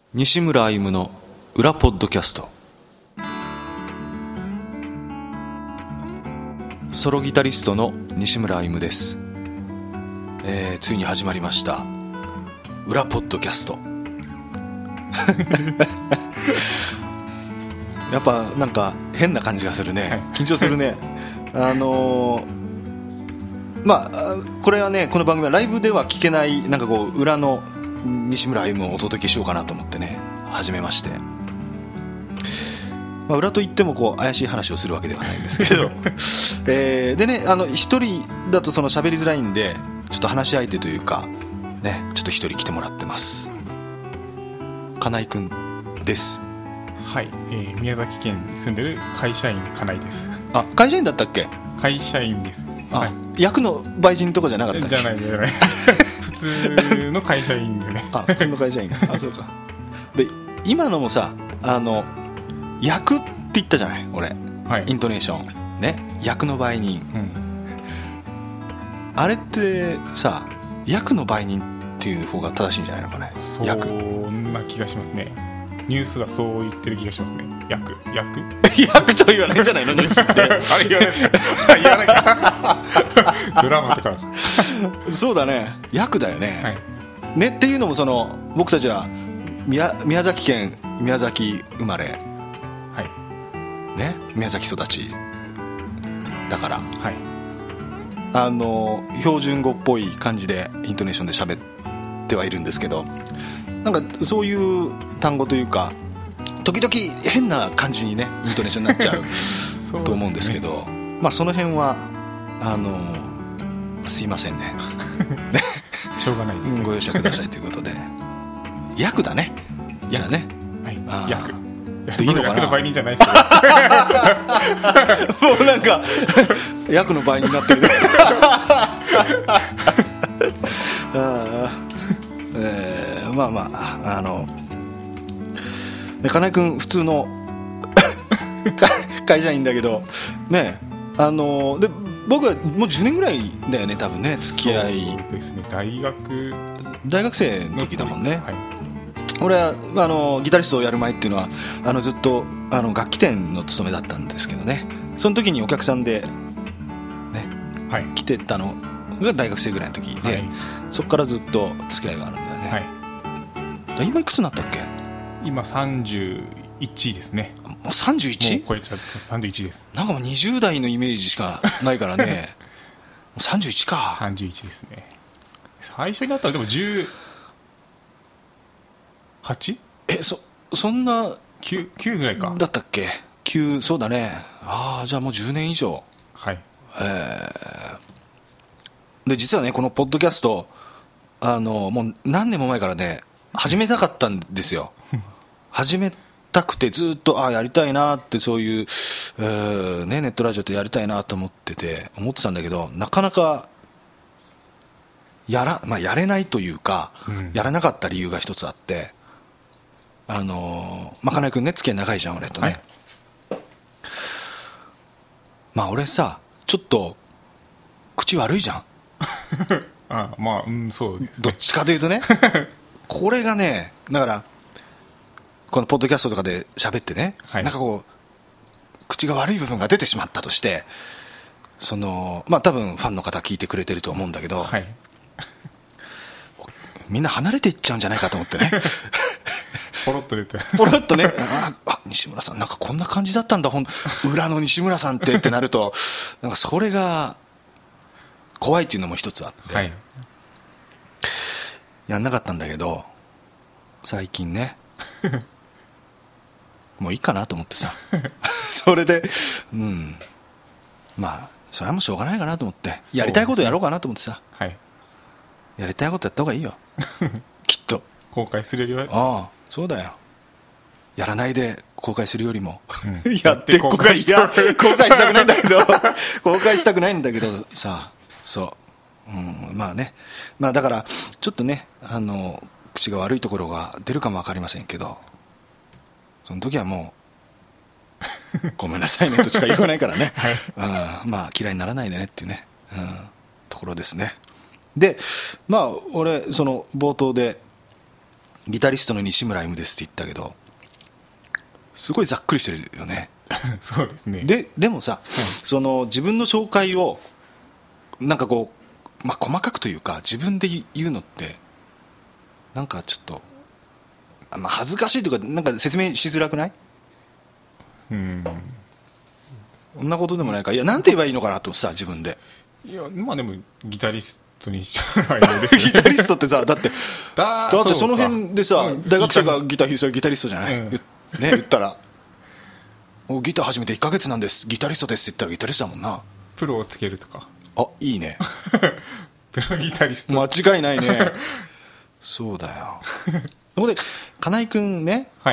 西村歩夢の裏ポッドキャスト。ソロギタリストの西村歩夢です。ついに始まりました裏ポッドキャストやっぱなんか変な感じがするね。緊張するね。これはね、この番組はライブでは聞けないなんかこう裏の西村歩夢をお届けしようかなと思ってね始めまして、裏といってもこう怪しい話をするわけではないんですけどでね、一人だとその喋りづらいんで、ちょっと話し相手というかね、ちょっと一人来てもらってます。金井くんです。 はい、宮崎県に住んでる会社員金井です。 あ、会社員だったっけ？ 会社員です。 はい、役の売人とかじゃなかったっけ？ じゃない普通の会社員ですね。 あ、普通の会社員あ、そうか。で今のもさ、役って言ったじゃない俺、はい、イントネーションね、役の売人、あれってさ、役の売人っていう方が正しいんじゃないのかね。 そんな気がしますね。ニュースはそう言ってる気がしますね。役役と言わないんじゃないのニュースってあれ言わないですか？言わないかドラマとかそうだね、役だよね、はい、ね。っていうのもその僕たちは宮崎県宮崎生まれ、はいね、宮崎育ちだから、はい、標準語っぽい感じでイントネーションで喋ってはいるんですけど、なんかそういう単語というか時々変な感じにねイントネーションになっちゃうと思うんですけど、その辺はすいませんねしょうがない、 ご容赦くださいということで役だね。じゃあね、 はい、役いいのかな。 役の売人じゃないですもうなんか役の倍になってるね金井君普通の会社員だけどね、で僕はもう10年ぐらいだよね多分ね、付き合い。 そうですね、大学生の時だもんね、 はい、 俺はギタリストをやる前っていうのはずっと楽器店の勤めだったんですけどね、その時にお客さんで、ね、はい、来てたのが大学生ぐらいの時で、はい、そこからずっと付き合いがあるんだよね、はい、今いくつになったっけ？ 今31ですね。 もう 31？ もう超えちゃった31です。 なんかもう20代のイメージしかないからねもう31か。 31ですね。最初になったらでも18？ そんな 9ぐらいかだったっけ？9、そうだね。ああ、じゃあもう10年以上。 はい。 で実はねこのポッドキャストもう何年も前からね始めたかったんですよ始めたくてずっとやりたいなって、そういう、ネットラジオってやりたいなと思ってたんだけど、なかなかやれないというか、やらなかった理由が一つあって、金井君ね付き合い長いじゃん俺とね、はい、俺さちょっと口悪いじゃんそうですね、 どっちかというとねこれがね、だからこのポッドキャストとかで喋ってね、はい、なんかこう口が悪い部分が出てしまったとして、多分ファンの方聞いてくれてると思うんだけど、はい、みんな離れていっちゃうんじゃないかと思ってねポロッと出てポロッとね西村さんなんかこんな感じだったんだ裏の西村さんってなるとなんかそれが怖いっていうのも一つあって、はい、やんなかったんだけど最近ねもういいかなと思ってさそれでそれはもうしょうがないかなと思って、やりたいことやろうかなと思ってさ、はい、やりたいことやった方がいいよきっと後悔するよりは。そうだよ、やらないで後悔するよりも、やって後悔したくないんだけど後悔したくないんだけどさ、そう、だからちょっとね口が悪いところが出るかも分かりませんけど、その時はもうごめんなさいねとしか言わないからね、はい、嫌いにならないでねっていうね、ところですね。で俺その冒頭でギタリストの西村 M ですって言ったけど、すごいざっくりしてるよね。 そうですね。 でもさ、その自分の紹介をなんかこう、まあ、細かくというか自分で言うのってなんかちょっと、まあ、恥ずかしいというかなんか説明しづらくない？そんなことでもないか。いや、なんて言えばいいのかなとさ、自分で。 いや、まあでもギタリストにしてもらえないですギタリストってさ、だってその辺でさ、大学生がギタリストじゃない、ね、言ったらギター始めて1ヶ月なんです、ギタリストですって言ったらギタリストだもんな。 プロをつけるとか。 あ、いいね。 プロギタリスト。 間違いないね。そうだよ。そこで金井君ね、 はい、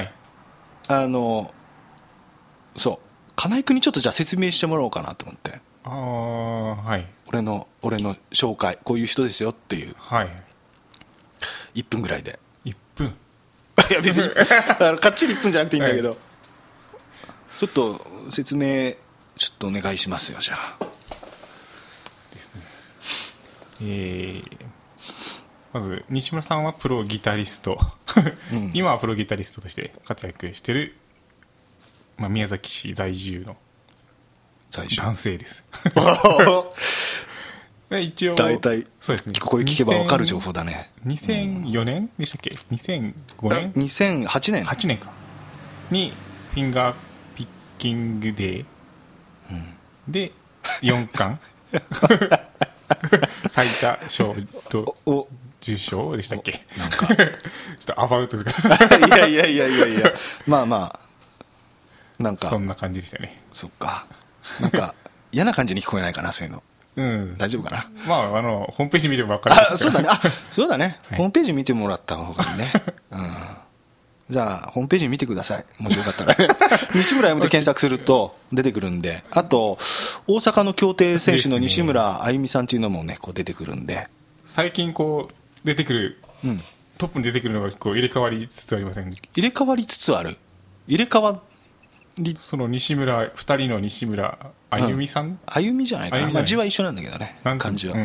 そう金井君にちょっとじゃあ説明してもらおうかなと思って。 ああ、はい。 俺の紹介、こういう人ですよっていう。 はい。 1分ぐらいで。 1分。 いや別にかっちり1分じゃなくていいんだけど、はい、ちょっと説明ちょっとお願いしますよ、じゃあ。 ですね。まず西村さんはプロギタリスト、今はプロギタリストとして活躍している、まあ、宮崎市在住の男性です。一応大体そうですね、 これ聞けば分かる情報だね。 2004年でしたっけ、2005年、 2008年 8年かにフィンガーピッキングデー、で4冠最多賞と受賞でしたっけ。なんかちょっとアバウトですけどいやまあまあなんかそんな感じでしたね。 そっか、なんか嫌な感じに聞こえないかな、そういうの。大丈夫かな。 まあホームページ見れば分かる。 そうだね。そうだね、はい、ホームページ見てもらった方がいいね。じゃあホームページ見てください、もしよかったら。西村 M で検索すると出てくるんで、あと大阪の競艇選手の西村あゆみさんっていうのもね、こう出てくるんで、 最近こう出てくる、トップに出てくるのがこう入れ替わりつつありません？ 入れ替わりつつある。入れ替わり、 その西村、2人の西村あゆみさん、 あゆみじゃないかな、まあ、字は一緒なんだけどね、漢字は。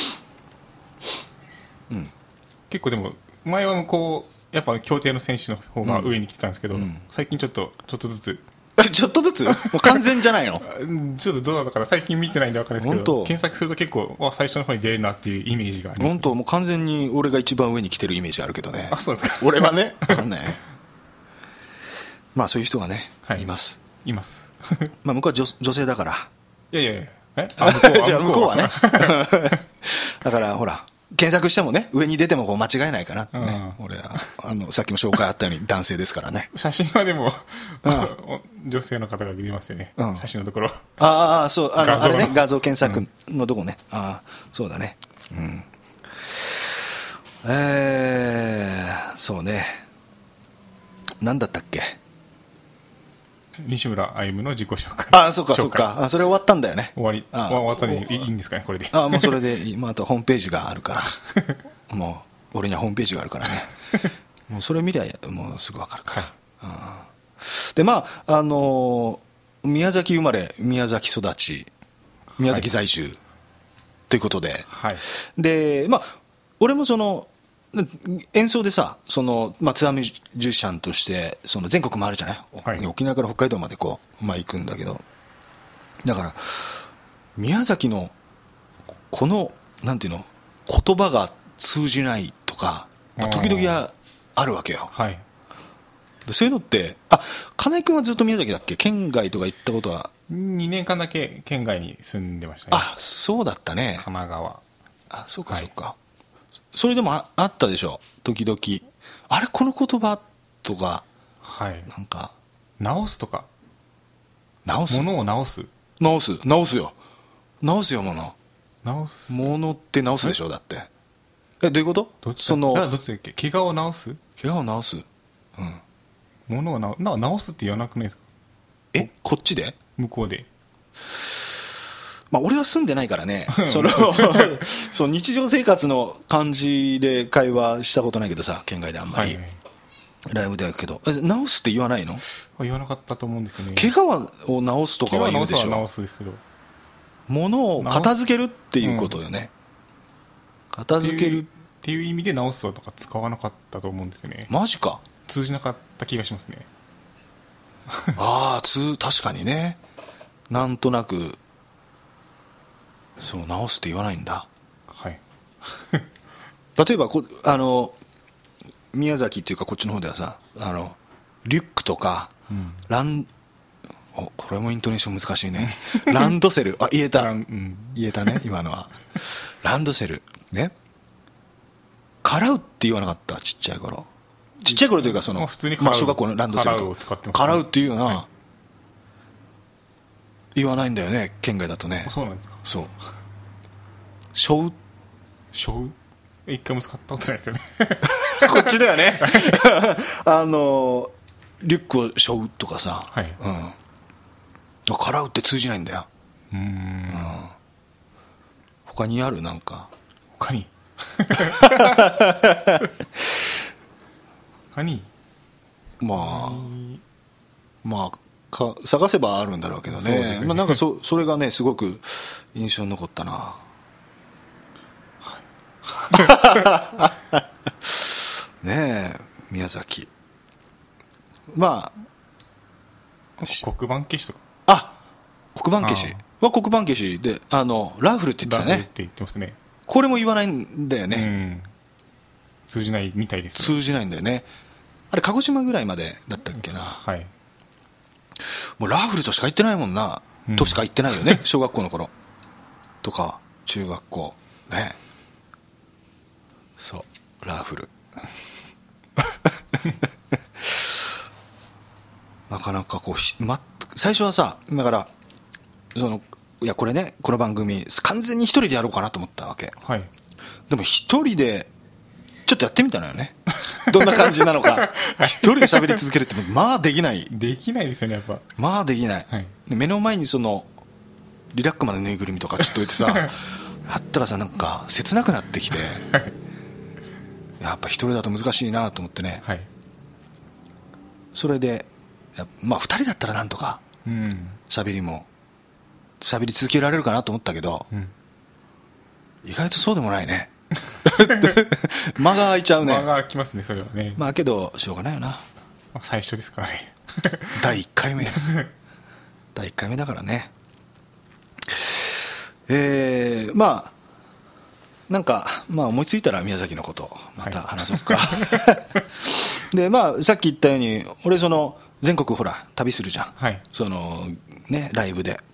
結構でも前はこうやっぱ競艇の選手の方が上に来てたんですけど、最近ちょっとずつちょっとずつもう完全じゃないの。 ちょっとどうだったから最近見てないんで分かるんですけど、検索すると結構最初の方に出るなっていうイメージがあります。 本当、もう完全に俺が一番上に来てるイメージあるけどね。 あ、そうですか。 俺はね、分かんない。まあそういう人がね、います。まあ向こうは女性だから。 いやじゃあ向こうはね。だからほら、検索してもね、上に出てもこう間違いないかなってね。俺はさっきも紹介あったように男性ですからね。 写真はでも女性の方が出ますよね、写真のところ。 ああ、そう、あれね、画像検索のとこね。ああ、そうだね。そうね、何だったっけ。 西村歩夢の自己紹介。 ああ、そうかそうか。それ終わったんだよね。 終わったでいいんですかね、これで。 ああ、もうそれでいい。あとホームページがあるから。もう俺にはホームページがあるからね。もうそれ見りゃもうすぐ分かるから。でまあ宮崎生まれ宮崎育ち宮崎在住ということで、でまあ俺もその演奏でさ、ツアーミュージシャンとして全国回るじゃない、沖縄から北海道までこう、行くんだけど、だから宮崎のこのなんていうの、言葉が通じないとか、時々あるわけよ。そういうのって、金井君はずっと宮崎だっけ、県外とか行ったことは。 2年間だけ県外に住んでましたね。 あ、そうだったね。 神奈川。 あ、そうかそうか。それでもあったでしょ、時々。あれ、この言葉とか、なんか直すとか、 物を直すよ、物って直すでしょ、だって。どういうこと？ どっちだっけ、怪我を直す、物を直すって言わなくないですか。 こっちで、 向こうで。 俺は住んでないからね。日常生活の感じで会話したことないけどさ、県外であんまり、ライブではけど、直すって言わないの？ 言わなかったと思うんですよね。 怪我を直すとかは言うでしょ。 直すですけど、 物を片付けるっていうことよね。片付けるっっていう意味で直すとか使わなかったと思うんですよね。 マジか。 通じなかった気がしますね。 ああ、確かにね。なんとなくそう直すって言わないんだ。 はい。 例えば宮崎っていうかこっちの方ではさ、リュックとか、これもイントネーション難しいね。ランドセル、言えた、言えたね今のは。ランドセルね、払うって言わなかった？ちっちゃい頃というか普通に小学校のランドセルと払うを使ってますね。 払うっていうよな、 はい、 言わないんだよね、県外だとね。 そうなんですか。 そうしょう一回も使ったことないですよね。 こっちではねリュックをしょうとかさ、 はい、 払うって通じないんだよ。他にある？なんか他にまあ探せばあるんだろうけどね。なんかそれがねすごく印象に残ったな。ねえ、宮崎。まあ黒板消しとか。 黒板消しは黒板消しでラーフルって言ってたね。 ラーフルって言ってますね。 これも言わないんだよね。 通じないみたいですね。 通じないんだよね。あれ鹿児島ぐらいまでだったっけな。 はい。 もうラーフルとしか言ってないもんな、としか言ってないよね。小学校の頃とか中学校ね。そうラーフルなかなか最初はさ、だからいやこれね、この番組完全に一人でやろうかなと思ったわけ、 はい、 でも一人でちょっとやってみたのよね。どんな感じなのか。一人で喋り続けるってまあできないですよね、やっぱ。 まあできない、 はい、 目の前にリラックマのぬいぐるみとかちょっと置いてさやったらさ、なんか切なくなってきてやっぱ一人だと難しいなと思ってね、 はい、 それでまあ2人だったらなんとか喋り続けられるかなと思ったけど、意外とそうでもないね。間が空いちゃうね。 間が空きますね、それはね。 まあけどしょうがないよな。 最初ですからね。 第1回目第1回目だからね。まあなんか思いついたら宮崎のことまた話そうか、でまあさっき言ったように俺全国ほら旅するじゃん、 はい、 ねライブで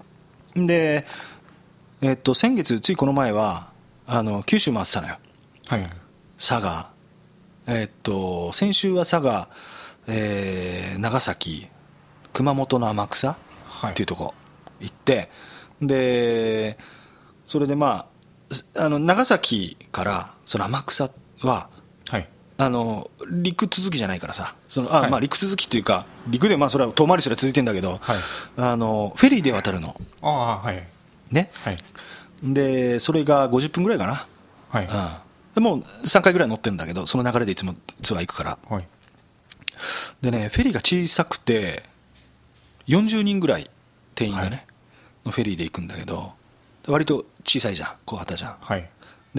先月ついこの前は九州回ってたのよ、 はい、 佐賀先週は佐賀、長崎熊本の天草っていうとこ行って、でそれで長崎から天草は、はい、陸続きじゃないからさはい、陸続きっていうか陸でそれは遠回りすら続いてんだけど、はい、フェリーで渡るの。 はいね、はい、でそれが50分ぐらいかな、はいでもう3回ぐらい乗ってるんだけど、その流れでいつもツアー行くから、はい、でねフェリーが小さくて40人ぐらい定員がね、はい、のフェリーで行くんだけど割と小さいじゃん、小型じゃん、はい、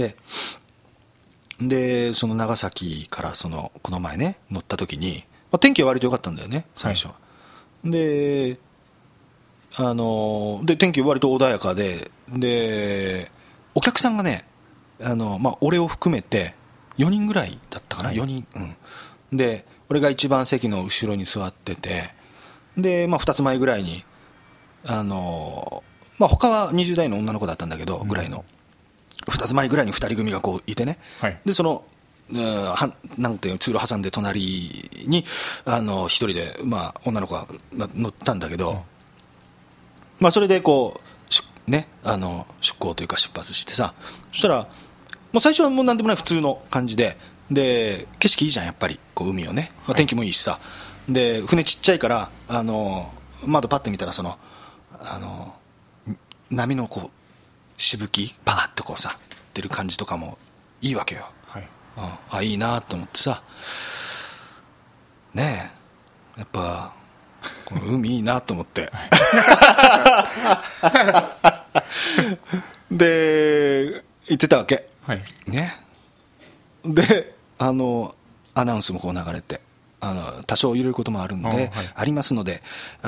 でその長崎からこの前ね乗った時に、天気は割と良かったんだよね最初、はい、で天気割と穏やかでお客さんがね俺を含めて4人ぐらいだったかな、4人、で俺が一番席の後ろに座ってて、で、2つ前ぐらいに他は20代の女の子だったんだけど、ぐらいの2つ前ぐらいに2人組がこういてね、はい、でなんていう通路挟んで隣に一人で、女の子が乗ったんだけど、それでこうね出港というか出発してさ、そしたらもう最初はもう何でもない普通の感じで景色いいじゃんやっぱりこう海をね、天気もいいしさ、で船ちっちゃいから窓パッて見たら波のこうしぶきパーッとこうさ出る感じとかもいいわけよ、はい、いいなと思ってさねえ、やっぱこの海いいなと思って、で行ってたわけ、はい、ねでアナウンスもこう流れて、多少揺れることもあるんで、 はい、 ありますので、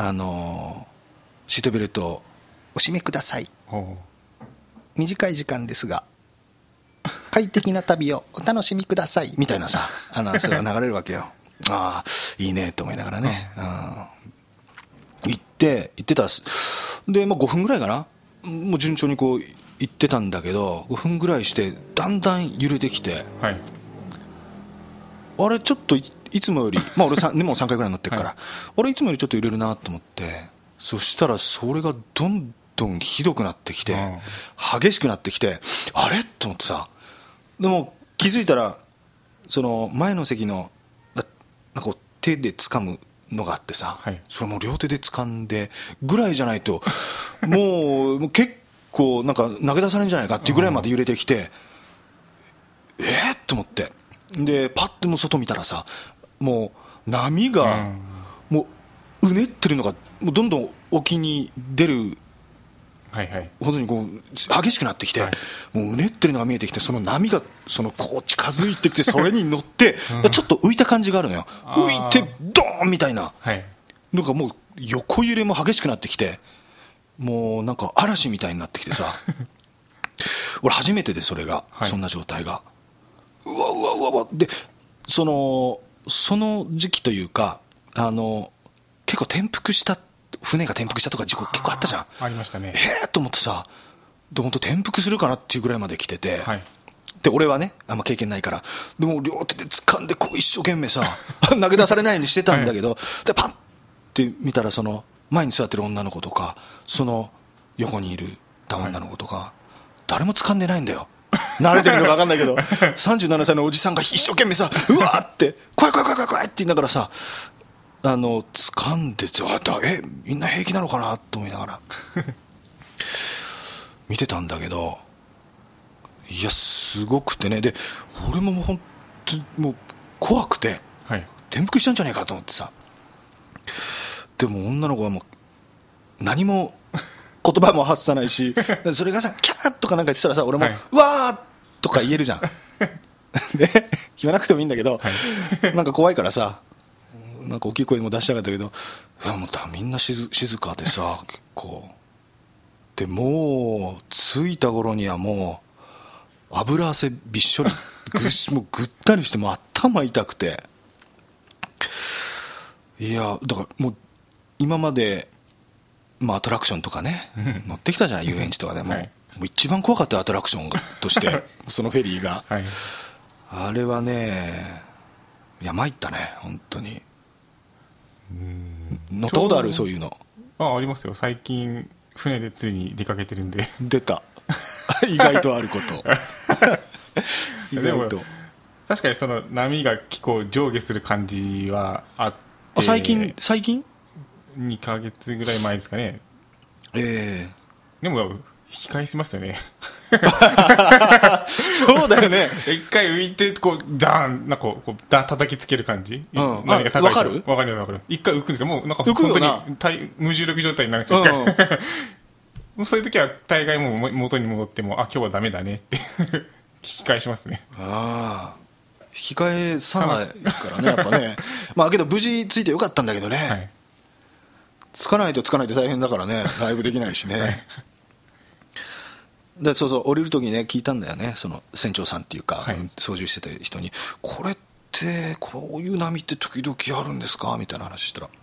シートベルトをお締めください、短い時間ですが快適な旅をお楽しみくださいみたいなさアナウンスが流れるわけよ。ああいいねと思いながらね、行ってたらで、5分ぐらいかな、もう順調にこう行ってたんだけど、5分ぐらいしてだんだん揺れてきて、 はい、 あれちょっと いつもより、俺もう3回ぐらい乗ってるから、はい、あれいつもよりちょっと揺れるなと思って、そしたらそれがどんどんひどくなってきて、激しくなってきて、あれと思ってさ、でも気づいたらその前の席のなんか手で掴むのがあってさ、はい、それも両手で掴んでぐらいじゃないともう結構なんか投げ出されるんじゃないかっていうぐらいまで揺れてきて、と思って、でパッてもう外見たらさ、もう波がもううねってるのがもうどんどん沖に出る、はいはい、本当にこう激しくなってきて、はい、もううねってるのが見えてきて、その波がこう近づいてきて、それに乗ってちょっと浮いた感じがあるのよ。浮いてドーンみたいな、はい、なんかもう横揺れも激しくなってきて、もうなんか嵐みたいになってきてさ俺初めてで、それが、はい、そんな状態がうわで、その時期というか、結構転覆した船が転覆したとか事故結構あったじゃん。 ありましたね。 と思ってさ、本当転覆するかなっていうぐらいまで来てて、 はい、 で俺はねあんま経験ないから、でも両手で掴んでこう一生懸命さ投げ出されないようにしてたんだけど、はい、でパッて見たら、その前に座ってる女の子とか、その横にいる女の子とか、はい、誰も掴んでないんだよ。慣れてるのか分かんないけど37歳のおじさんが一生懸命さ、うわーって怖いって言いながらさ、掴んでて、みんな平気なのかなと思いながら見てたんだけど、いやすごくてね、で俺も本当にもう怖くて、はい、転覆したんじゃねえかと思ってさ、でも女の子はもう何も言葉も発さないしそれがさキャーとかなんか言ってたらさ、俺も、はい、うわーとか言えるじゃんで言わなくてもいいんだけど、はい、なんか怖いからさ、なんか大きい声も出したかったけど、もうみんな静かでさ、結構で、もう着いた頃にはもう油汗びっしょりもうぐったりして、もう頭痛くて、いやだからもう今まで、アトラクションとかね乗ってきたじゃない、遊園地とかでも、はい、もう一番怖かったアトラクションとしてそのフェリーが、はい、あれはね、いや参ったね本当に。乗ったことある？そういうの。 ありますよ。最近船で釣りに出かけてるんで出た意外とあること意外と確かにその波が結構上下する感じはあって、 最近 2ヶ月ぐらい前ですかね。でも引き返しますよねそうだよね一回浮いてこうダーンなんかこう叩きつける感じ、 何が高いか分かる一回浮くんですよ。もうなんか本当に無重力状態になるんですよ、もうそういう時は大概もう元に戻っても、今日はダメだねって引き返しますね。 引き返さないからねやっぱねけど無事ついてよかったんだけどね、はい、つかないと大変だからね、ライブできないしね、はい、でそう降りるときにね聞いたんだよね、その船長さんっていうか、はい、操縦してた人に、これってこういう波って時々あるんですかみたいな話したら、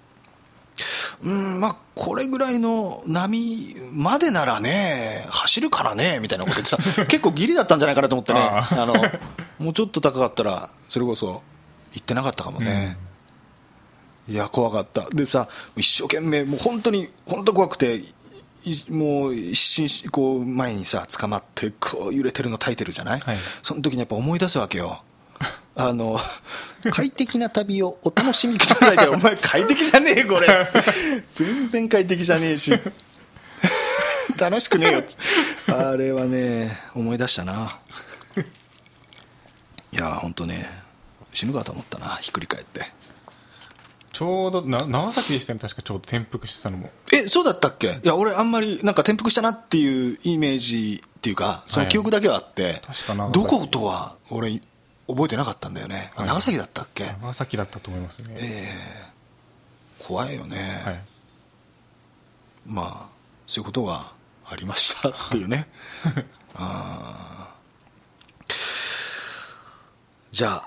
これぐらいの波までならね走るからねみたいなこと言ってさ結構ギリだったんじゃないかなと思ってねもうちょっと高かったらそれこそ行ってなかったかもね、いや怖かった。でさ一生懸命もう本当怖くて、もう一瞬こう前にさ捕まってこう揺れてるの耐えてるじゃない、はい、その時にやっぱ思い出すわけよ快適な旅をお楽しみくださいってお前快適じゃねえこれ全然快適じゃねえし楽しくねえよあれはね思い出したな。いや本当ね死ぬかと思ったな、ひっくり返って。 ちょうど長崎でしたね、確かちょうど転覆してたのも。 そうだったっけ？いや俺あんまりなんか転覆したなっていうイメージっていうか、その記憶だけはあって、 はい、 どことは俺覚えてなかったんだよね、 はい、 長崎だったっけ。 長崎だったと思いますね。 怖いよね、 はい、 まあそういうことがありましたっていうねじゃあ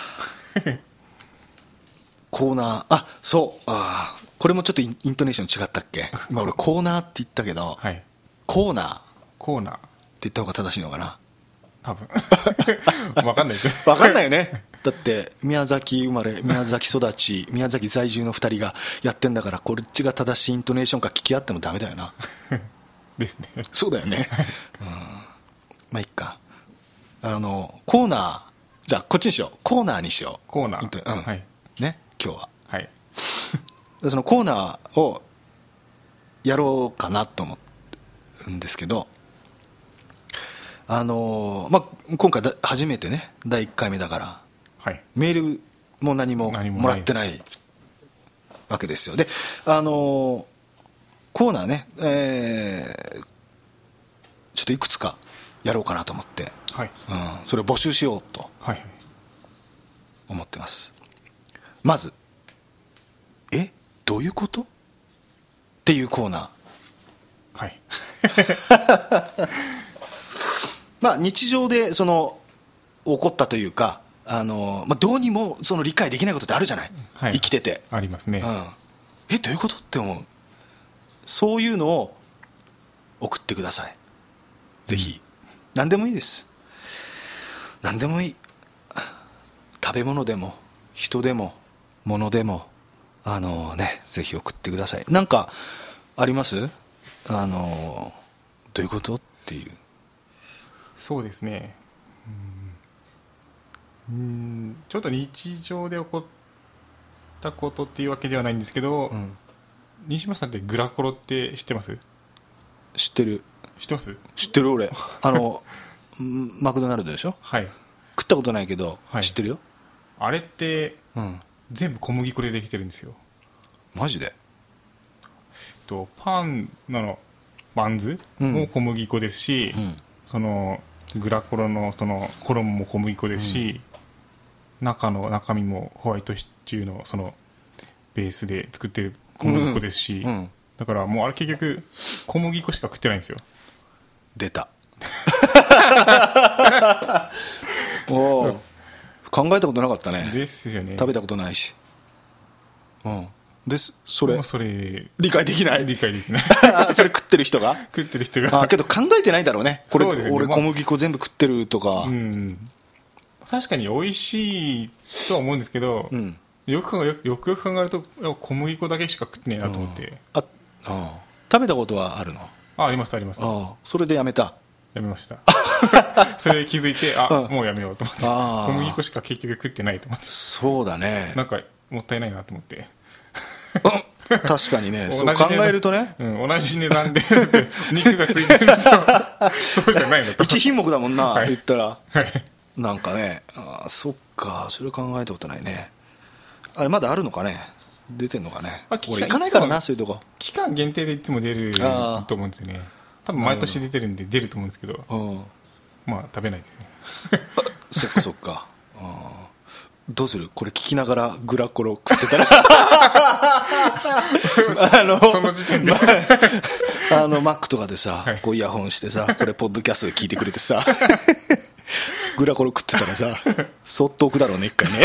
コーナー、そうこれもちょっとイントネーション違ったっけ。今俺コーナーって言ったけど、 はい、 コーナーって言った方が正しいのかな、 多分分かんないけど分かんないよねだって宮崎生まれ宮崎育ち宮崎在住の2人がやってんだから、こっちが正しいイントネーションか聞き合ってもダメだよなですね。 そうだよね、まあいっか。コーナー、じゃあこっちにしよう、コーナーにしよう。 コーナー、はい、 ね、今日は、 はい、 そのコーナーをやろうかなと思うんですけど、まあ、今回初めてね、第1回目だから、 はい、 メールも何ももらってないわけですよ。でコーナーね、ちょっといくつかやろうかなと思って、 はい、 それを募集しようと思ってます。まずどういうことっていうコーナー、 はいまあ日常でその起こったというか、まあ、どうにもその理解できないことってあるじゃない、はい、生きててありますね、 どういうことって思う。そういうのを送ってください、ぜひ。何でもいいです、何でもいい。食べ物でも人でも物でもぜひ送ってください。なんかあります？どういうことっていう。 そうですね、ちょっと日常で起こったことっていうわけではないんですけど、西村さんってグラコロって知ってます？ 知ってる。 知ってます？ 知ってる俺マクドナルドでしょ。はい、食ったことないけど、はい、知ってるよ。 あれって、全部小麦粉でできてるんですよ。 マジで？ パンのバンズも小麦粉ですし、そのグラコロのその衣も小麦粉ですし、中身もホワイトシチューのそのベースで作ってる小麦粉ですし、だからもうあれ結局小麦粉しか食ってないんですよ。 出たお考えたことなかったね。 ですよね。 食べたことないし、それ理解できないそれ食ってる人がけど考えてないだろうね。これ俺小麦粉全部食ってるとか、 確かに美味しいとは思うんですけど、よくよく考えると小麦粉だけしか食ってないなと思って。 食べたことはあるの？ あります。 それでやめた？ やめましたそれで気づいてもうやめようと思って、小麦粉しか結局食ってないと思って。 そうだね、 なんかもったいないなと思って確かにねそう考えるとね、 同じ値段で肉がついてるのとそうじゃないのと 1品目だもんな、言ったら、 はいなんかね、そっか、それ考えたことないね。あれまだあるのかね、出てんのかね。俺行かないからな、そういうとこ。期間限定でいつも出ると思うんですよね。多分毎年出てるんで出ると思うんですけど、まあ食べないですねそっかどうするこれ聞きながらグラコロ食ってたらその時点でマックとかでさ、こうイヤホンしてさ、これポッドキャストで聞いてくれてさグラコロ食ってたらさ、そっと置くだろうね、一回ね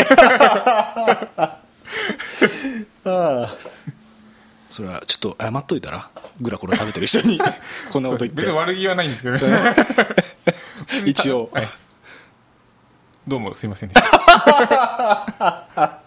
それはちょっと謝っといたら、グラコロ食べてる人にこんなこと言って。 別に悪気はないんですけど一応、 どうもすいませんでした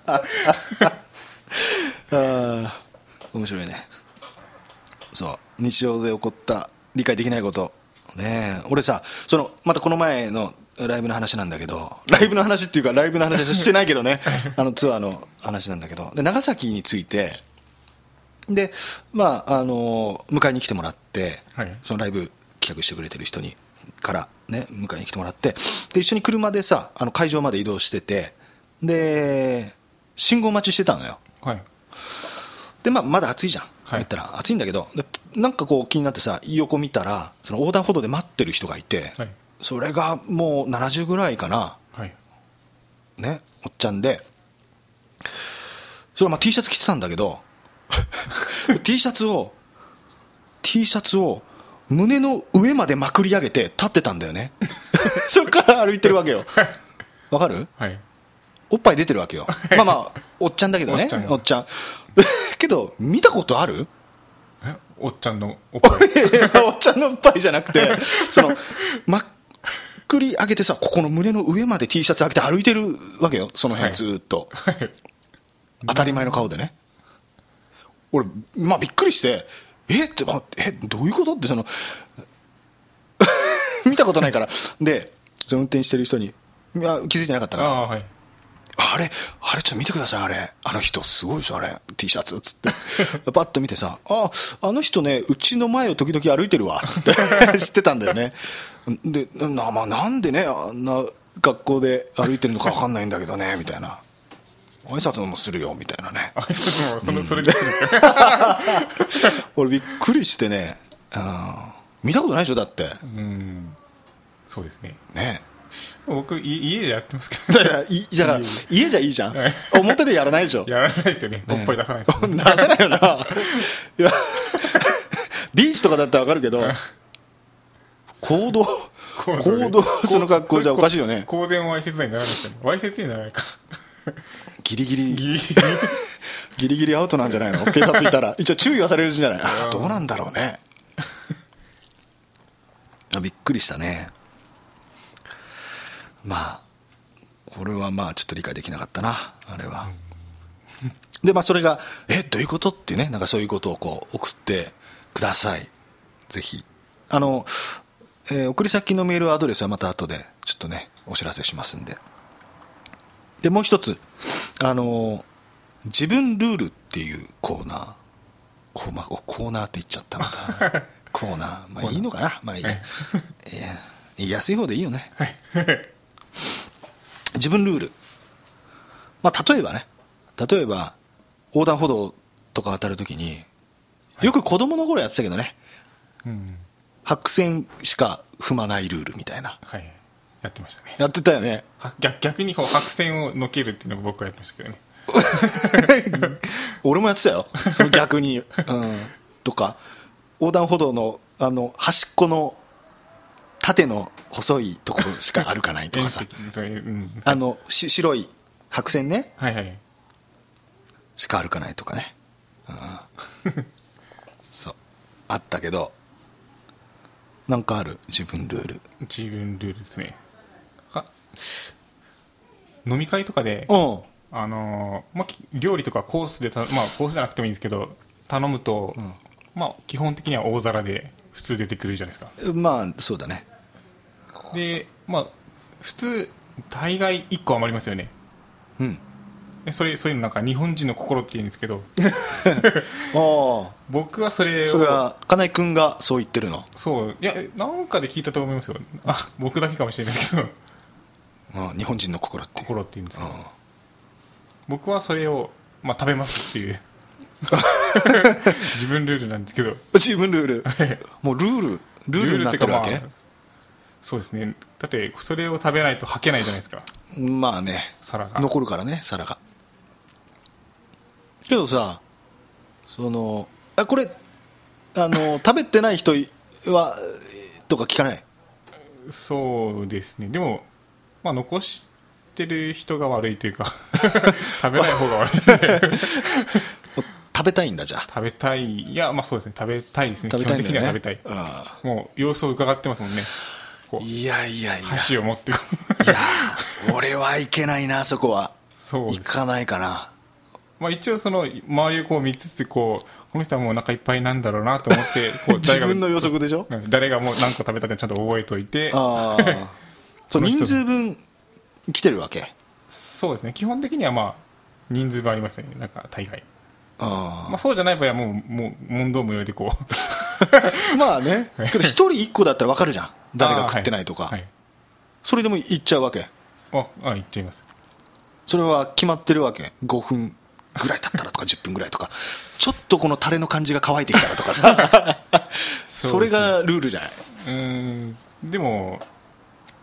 面白いね。そう、日常で起こった理解できないことね。俺さ、またこの前のライブの話なんだけど、ライブの話っていうかライブの話はしてないけどねツアーの話なんだけど、で長崎に着いて、でまあ迎えに来てもらって、そのライブ企画してくれてる人にからね、迎えに来てもらって、で一緒に車でさ、会場まで移動してて、で信号待ちしてたのよ。でまだ暑いじゃん、言ったら暑いんだけど、でなんかこう気になってさ、横見たらその横断歩道で待ってる人がいて、それがもう70ぐらいかな、 ねおっちゃんで、それはまあ T シャツ着てたんだけどT シャツを胸の上までまくり上げて立ってたんだよねそれから歩いてるわけよ。わかる？ はい。 おっぱい出てるわけよ。まあまあおっちゃんだけどね、おっちゃんけど見たことある？ おっちゃんのおっぱいおっちゃんのおっぱいじゃなくて、そのまっくり上げてさ、ここの胸の上まで T シャツ上げて歩いてるわけよ、その辺ずっと、 はい、 当たり前の顔でね。俺まあびっくりして、ってどういうことって、その見たことないから。でその運転してる人に、いや気づいてなかったから、 はい、 あれちょっと見てください、あの人すごいでしょ、あれ T シャツっつってパッと見てさ、あの人ね、うちの前を時々歩いてるわっつって知ってたんだよね。でまあ、なんでねあんな格好で歩いてるのか分かんないんだけどねみたいな、挨拶もするよみたいなね。 挨拶もそれでするんですか俺びっくりしてね、見たことないでしょだって。 そうですね。 ね、 僕家でやってますけど、 だから家じゃいいじゃん、はい、表でやらないでしょ。 やらないですよね、おっぱい出さないです、 ね、出さないよないやビーチとかだったら分かるけど行動その格好じゃおかしいよね。 公然わいせつ罪にならないですよね。わいせつにならないかギリギリアウトなんじゃないの、警察いたら一応注意はされるんじゃない。どうなんだろうねびっくりしたね。まあこれはまあちょっと理解できなかったな、あれは。でまあそれがどういうことってね、なんかそういうことをこう送ってください、ぜひ。送り先のメールアドレスはまた後でちょっとねお知らせしますんで。でもう一つ自分ルールっていうコーナー、コーナーって言っちゃったまたコーナー、まあいいのかな、まあいいや、言いやすい方でいいよね自分ルール、まあ例えば横断歩道とか渡るときに、よく子供の頃やってたけどね、白線しか踏まないルールみたいな、 はい、やってましたね。 やってたよね。 逆にこう白線をのけるっていうのが僕はやってましたけどね俺もやってたよその逆に、とか横断歩道の端っこの縦の細いところしか歩かないとかさ白い白線ね、 はいはい、 しか歩かないとかね、そうあったけど、なんかある自分ルールですね。飲み会とかで、まあ、料理とかコースでコースじゃなくてもいいんですけど頼むと、まあ、基本的には大皿で普通出てくるじゃないですか。 まあそうだね。 でまあ普通大概1個余りますよね。でそういうのなんか日本人の心って言うんですけど僕はそれは金井君がそう言ってるの？ そういやなんかで聞いたと思いますよ。僕だけかもしれないですけど日本人の心って言うんですよ。僕はそれを、まあ、食べますっていう自分ルールなんですけど。 自分ルールもうルールになってるわけ、 そうですね。だってそれを食べないと吐けないじゃないですか。 まあね、 皿が残るからね、皿が。けどさ、これ食べてない人はとか聞かない？ そうですね。でも、まあ、残してる人が悪いというか食べない方が悪いんで食べたいんだ。じゃあ食べたい。いやまあそうですね、食べたいですね。基本的には食べたい。もう様子を伺ってますもんね。 いや箸を持っていや俺はいけないな、そこは。 そう行かないかな。 まあ、一応その周りをこう見つつこの人はもうお腹いっぱいなんだろうなと思って自分の予測でしょ。 誰がもう何個食べたってちゃんと覚えといてそう人数分来てるわけ。 そうですね。基本的にはまあ人数分ありますよね。なんか大概まあ、そうじゃない場合はもう問答無用でこうまあね、けど一人一個だったら分かるじゃん、誰が食ってないとか、それでも行っちゃうわけ。 行っちゃいます。 それは決まってるわけ。5分ぐらい経ったらとか10分ぐらいとかちょっとこのタレの感じが乾いてきたらとかさそれがルールじゃない。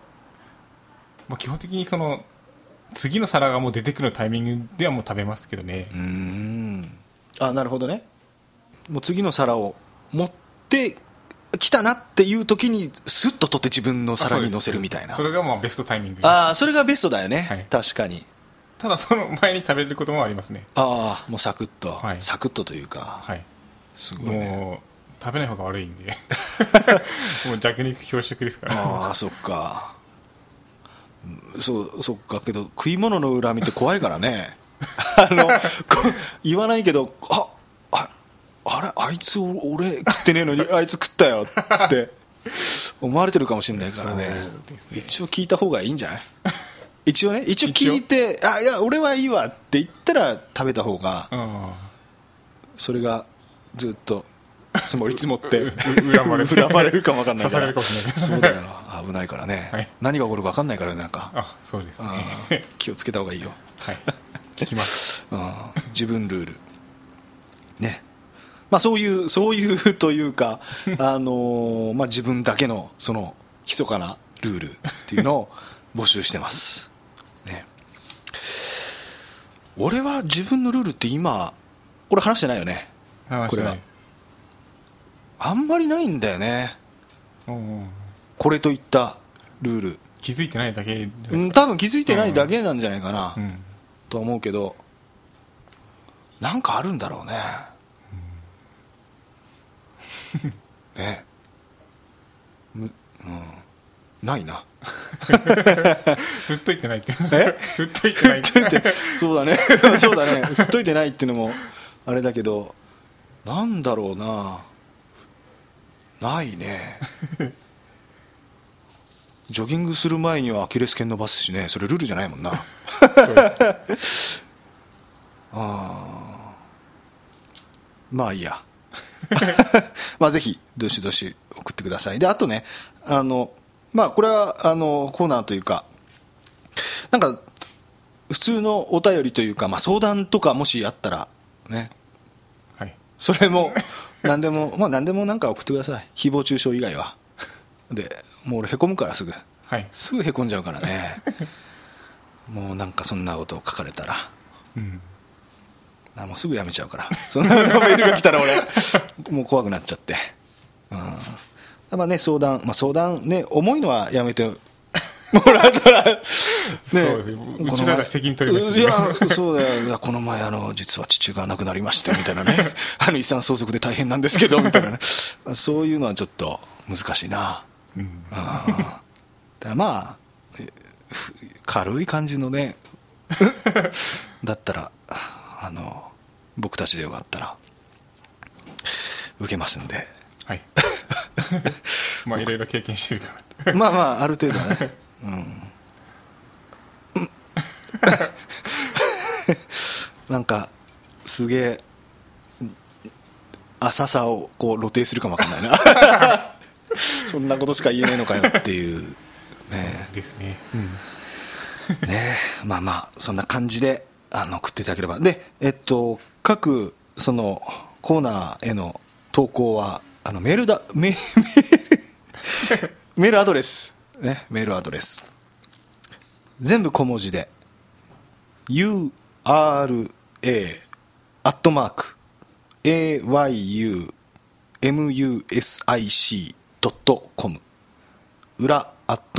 でも、まあ、基本的にその次の皿がもう出てくるタイミングではもう食べますけどね。 なるほどね。もう次の皿を持ってきたなっていう時にスッと取って自分の皿に乗せるみたいな。 それがまあベストタイミング。 それがベストだよね、 はい、 確かに。 ただその前に食べることもありますね。 もうサクッと、 はい、 サクッとというか、 はい、 すごいね。 もう食べない方が悪いんでもう弱肉強食ですからそっか。そっか。けど食い物の恨みって怖いからね言わないけど、あれ、あいつ俺食ってねえのにあいつ食ったよっつって思われてるかもしれないからね。一応聞いた方がいいんじゃない？一応聞いて、いや俺はいいわって言ったら食べた方が、それがずっと積もり積もって恨まれるかも分かんないから、そうだよ、危ないからね、はい、何が起こるか分かんないからね。なんかそうですね気をつけた方がいいよ。 はい、聞きます自分ルールね。そういうというか自分だけのその密かなルールっていうのを募集してますね。俺は自分のルールって今これ話してないよね。これはあんまりないんだよね。これといったルール気づいてないだけ多分気づいてないだけなんじゃないかな、とは思うけど、なんかあるんだろうね。ね、ないな振っといてないって振っといてないってそうだね振っといてないっていうのもあれだけど、なんだろうな。ないねジョギングする前にはアキレス腱伸ばすしね。それルールじゃないもんなまあいいやぜひどしどし送ってください。であとね、これはコーナーというか、なんか普通のお便りというか、相談とかもしあったらね、 はい、 それも何でも何でもなんか送ってください。誹謗中傷以外は。でもう俺へこむからすぐへこんじゃうからねもうなんかそんなことを書かれたら、もうすぐやめちゃうからそんなメールが来たら俺もう怖くなっちゃって、相談ね、重いのはやめてもらったら、ね、 そうですね、うちらが責任取ります。 いやそうだよ、この前実は父が亡くなりましてみたいなね遺産相続で大変なんですけどみたいなねそういうのはちょっと難しいな。だ軽い感じのねだったら僕たちでよかったら受けますんで、 はいいろいろ経験してるからある程度はね、なんかすげえ浅さをこう露呈するかもわかんないなそんなことしか言えないのかよっていうね。 ですね。 ね、そんな感じで送っていただければ。で各そのコーナーへの投稿はメールアドレスね、メールアドレス全部小文字で URA@ayumusic.com 裏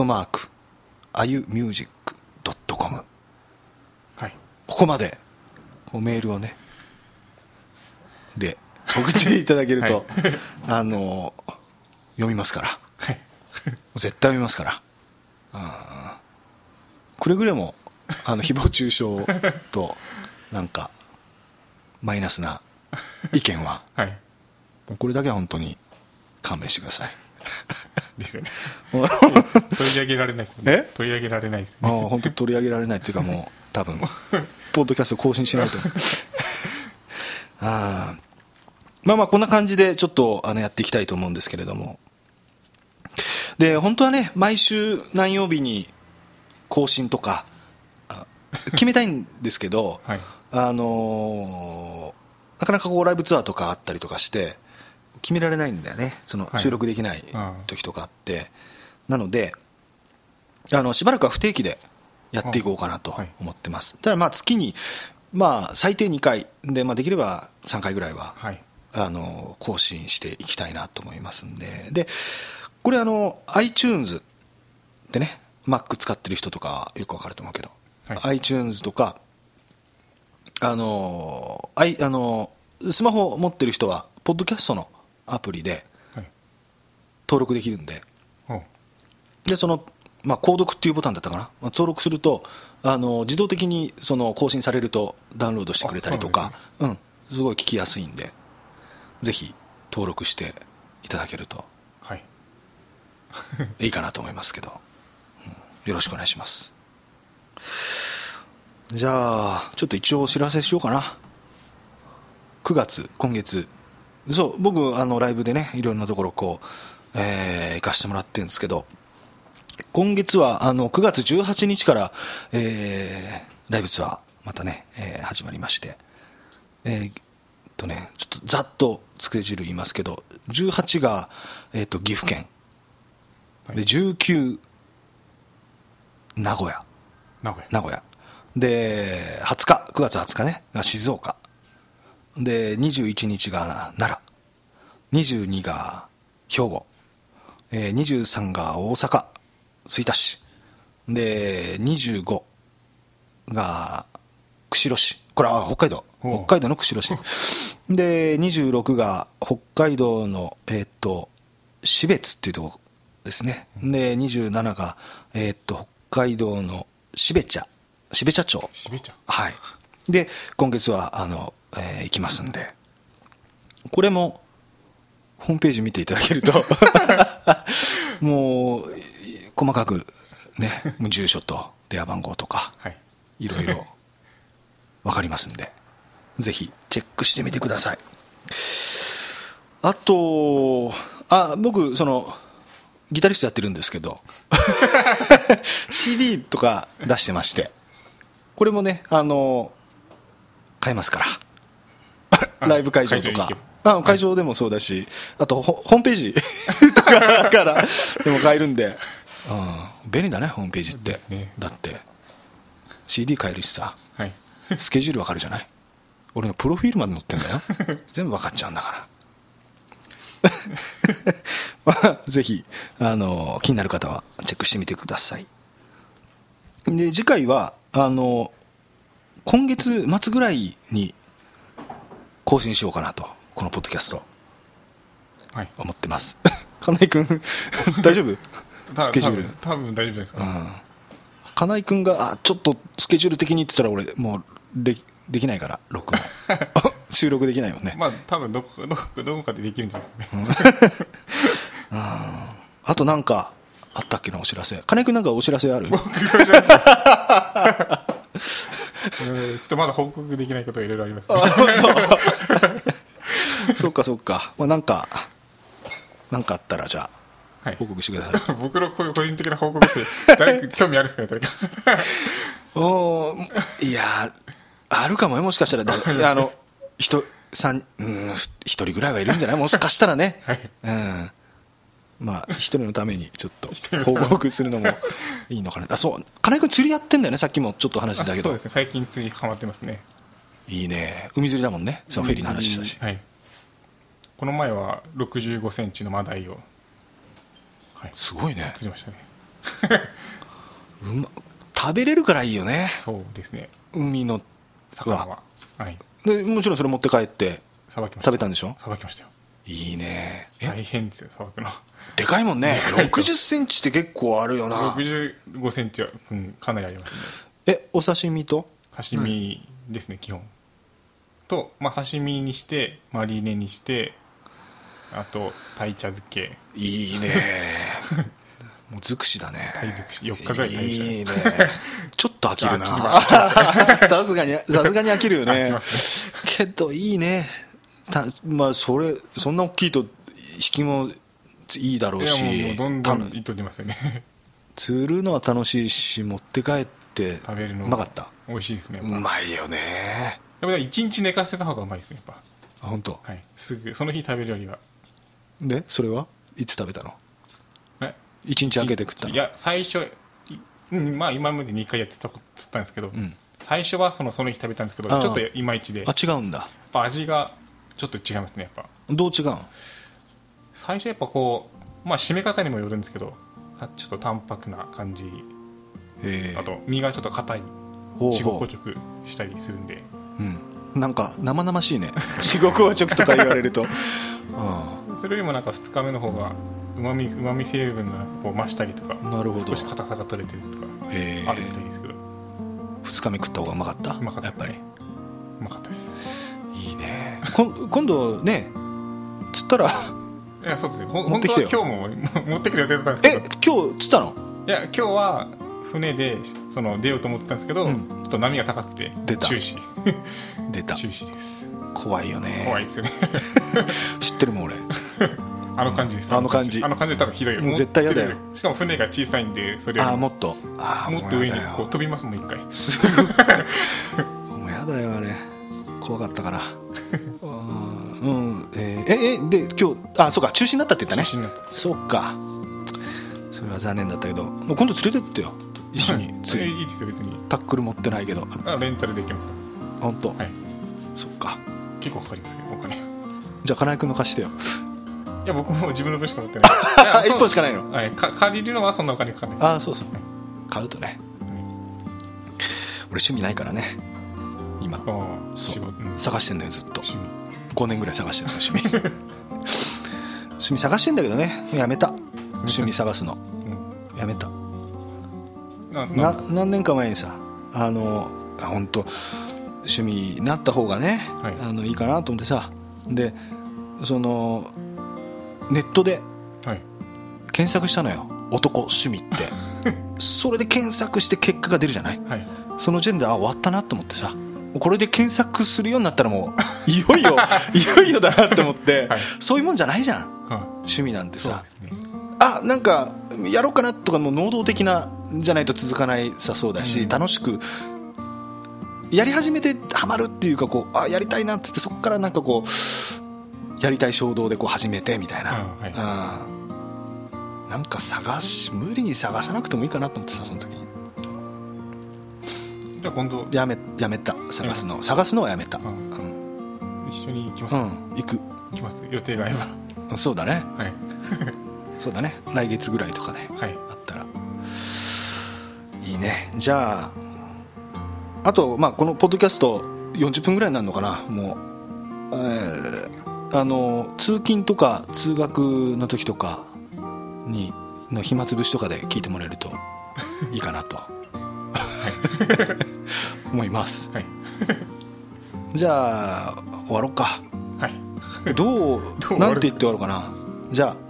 @ayumusic.com、 はい、 ここまでメールをねで送っていただけると、はい、読みますから、はい、絶対読みますから。くれぐれも誹謗中傷となんかマイナスな意見は、はい、これだけは本当に勘弁してくださいですよね取り上げられないですよね。取り上げられないですね。 本当に取り上げられないっていうか、もう多分ポッドキャスト更新しないとこんな感じでちょっとやっていきたいと思うんですけれども、で本当はね、毎週何曜日に更新とか決めたいんですけど、はい、なかなかこうライブツアーとかあったりとかして決められないんだよね。その収録できない時とかあって、なのでしばらくは不定期でやっていこうかなと思ってます。ただまあ月にまあ最低2回で、まあ、できれば3回ぐらいは、 はい、 更新していきたいなと思いますんで、これiTunes でね Mac 使ってる人とかよくわかると思うけど、 はい、 iTunes とかスマホを持ってる人はポッドキャストのアプリで登録できるんで、 はい、 でまあ、購読っていうボタンだったかな、まあ、登録すると自動的に更新されるとダウンロードしてくれたりとか、すごい聞きやすいんで、ぜひ登録していただけるといいかなと思いますけど、よろしくお願いします。じゃあちょっと一応お知らせしようかな。9月今月、そう僕ライブでねいろんなところ行かしてもらってるんですけど、今月は9月18日から、ライブツアーまたね、始まりまして、ちょっとざっとスケジュール言いますけど、18が、岐阜県、で19名古屋で9月20日ねが静岡で、21日が奈良、22が兵庫、23が大阪吹田市で、25が釧路市、これは北海道の釧路市で、26が北海道の標津っていうところですね。で27が北海道の標茶町、はい。で今月は行きますんで、これもホームページ見ていただけるともう細かくね、住所と電話番号とか、いろいろ分かりますんで、ぜひチェックしてみてください。あと僕ギタリストやってるんですけどCD とか出してまして、これもね買えますからライブ会場とか会場でもそうだし、あとホームページとかからでも買えるんで、便利だねホームページって、だって CD 買えるしさ、スケジュールわかるじゃない。俺のプロフィールまで載ってんだよ全部わかっちゃうんだからぜひ気になる方はチェックしてみてください。で次回は今月末ぐらいに更新しようかなと、このポッドキャスト思ってます。金井君大丈夫スケジュール。 多分大丈夫ですか、 金井君がちょっとスケジュール的に言ってたら俺もうできないから録音収録できないもんね。 まあ多分どこかでできるんじゃないですかねあとなんかあったっけな、お知らせ。金井君なんかお知らせある？僕ちょっとまだ報告できないことがいろいろあります、ね、 そっか、まあ、なんかあったらじゃあ報告してください。 僕の個人的な報告って誰興味あるんですかね誰かいやあるかもよ、もしかしたら一人ぐらいはいるんじゃない、もしかしたらね、まあ一人のためにちょっと報告するのもいいのかな。そう、金井君釣りやってんだよね、さっきもちょっと話したけど。 そうですね、最近釣りハマってますね。 いいね、海釣りだもんね、そのフェリーの話したし、 この前は65センチのマダイを、 すごいね、 釣りましたね食べれるからいいよね。 そうですね、 海の魚は、 でもちろんそれ持って帰って食べたんでしょ。 さばきましたよ。 いいね。 大変ですよ、さばくの。 でかいもんね。60センチって結構あるよな。 65センチは、かなりありますね。 お刺身と刺身ですね、基本と、まあ、刺身にしてマリネにして、あと鯛茶漬け。 いいねもう尽くしだね。 鯛尽くし4日ぐらい鯛した。 いいねちょっと飽きるなさすがに飽きるよねけどいいね。まあそんな大きいと引きもいいだろうし、 いやもうどんどん糸出ますよね釣るのは楽しいし、持って帰って食べるのうまかった。 美味しいですね。 うまいよね。 でも1日寝かせた方がうまいですね、やっぱ。 本当。 すぐその日食べるよりは。 でそれはいつ食べたの？1日空けて食ったの？ いや最初まあ今まで2回釣ったんですけど、最初はその日食べたんですけど、ちょっといまいちで、 違うんだ。 やっぱ味がちょっと違いますね。やっぱどう違うん？ 最初やっぱこう、まあ締め方にもよるんですけど、ちょっと淡白な感じ、あと身がちょっと硬い、死後硬直したりするんで、 なんか生々しいね死後硬直とか言われるとそれよりもなんか2日目の方がうまみ成分がなんかこう増したりとか、 なるほど、 少し硬さが取れてるとかあるみたいですけど、 2日目食った方がうまかった？ うまかった、 やっぱりうまかったです。 いいね。今度ね釣ったらいやそうですね、本当は今日も持ってくる予定だったんですけど。今日釣ったの？ いや今日は船で出ようと思ってたんですけど、ちょっと波が高くて中止出た。 中止です。 怖いよね。 怖いですよね知ってるもん俺あの感じです。 あの感じで多分ひどいよ。 もう絶対嫌だよ。 しかも船が小さいんで、それよりもっと上にこう飛びますもん一回。 すごいもうやだよあれ、怖かったからで今日そうか中止になったって言ったね。 中止になった。 そうか、それは残念だったけど、もう今度連れてってよ一緒に釣り。 いいですよ別に。 タックル持ってないけど。 レンタルで行けます。 本当？ はい。 そっか。 結構かかりますけどお金。 じゃあ金井君の貸してよ。 いや僕も自分の分しか持ってない。 1本しかないの？ はい。借りるのはそんなお金かかんないです。 そうそう、買うとね、俺趣味ないからね今。そう、探してんのよずっと。5年ぐらい探してるの趣味趣味探してんだけどね、やめた。趣味探すのやめた。何年か前にさ、本当趣味になった方がね、いいかなと思ってさ、でネットで検索したのよ、男趣味ってそれで検索して結果が出るじゃない、その時点で終わったなと思ってさ、これで検索するようになったらもういよいよだなと思って、そういうもんじゃないじゃん、趣味なんてさ。なんかやろうかなとか、もう能動的なじゃないと続かないさそうだし、楽しくやり始めてハマるっていうか、こうやりたいなっつって、そこからなんかこうやりたい衝動でこう始めてみたいな、なんか無理に探さなくてもいいかなと思ってさ、その時に。 じゃあ今度やめた。探すのはやめた。 一緒に行きます。 行きます。予定が合えば。そうだね。 はいそうだね、来月ぐらいとかね、あったらいいね。じゃああと、このポッドキャスト40分ぐらいになるのかな、もう、通勤とか通学の時とかの暇つぶしとかで聞いてもらえるといいかなと思います、じゃあ終わろうか。なんて言って終わろうかな。じゃ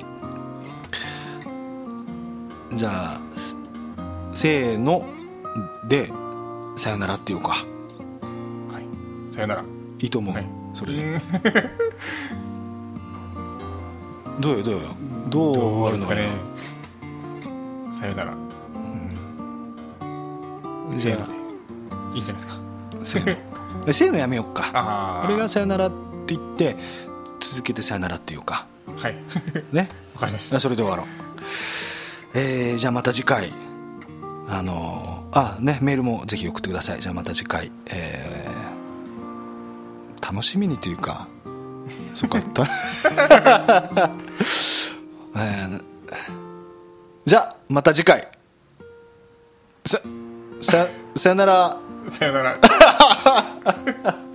あせーのでさよならっていうか。 さよならいいと思う、それでどう終わるのかね。 さよなら、 じゃあいいんじゃないですか。 せーのやめよっか。俺がさよならって言って続けてさよならっていうかね。 わかりました。 それで終わろう。じゃあまた次回メールもぜひ送ってください。じゃあまた次回、楽しみにというかそうかじゃあまた次回さよなら。 さよなら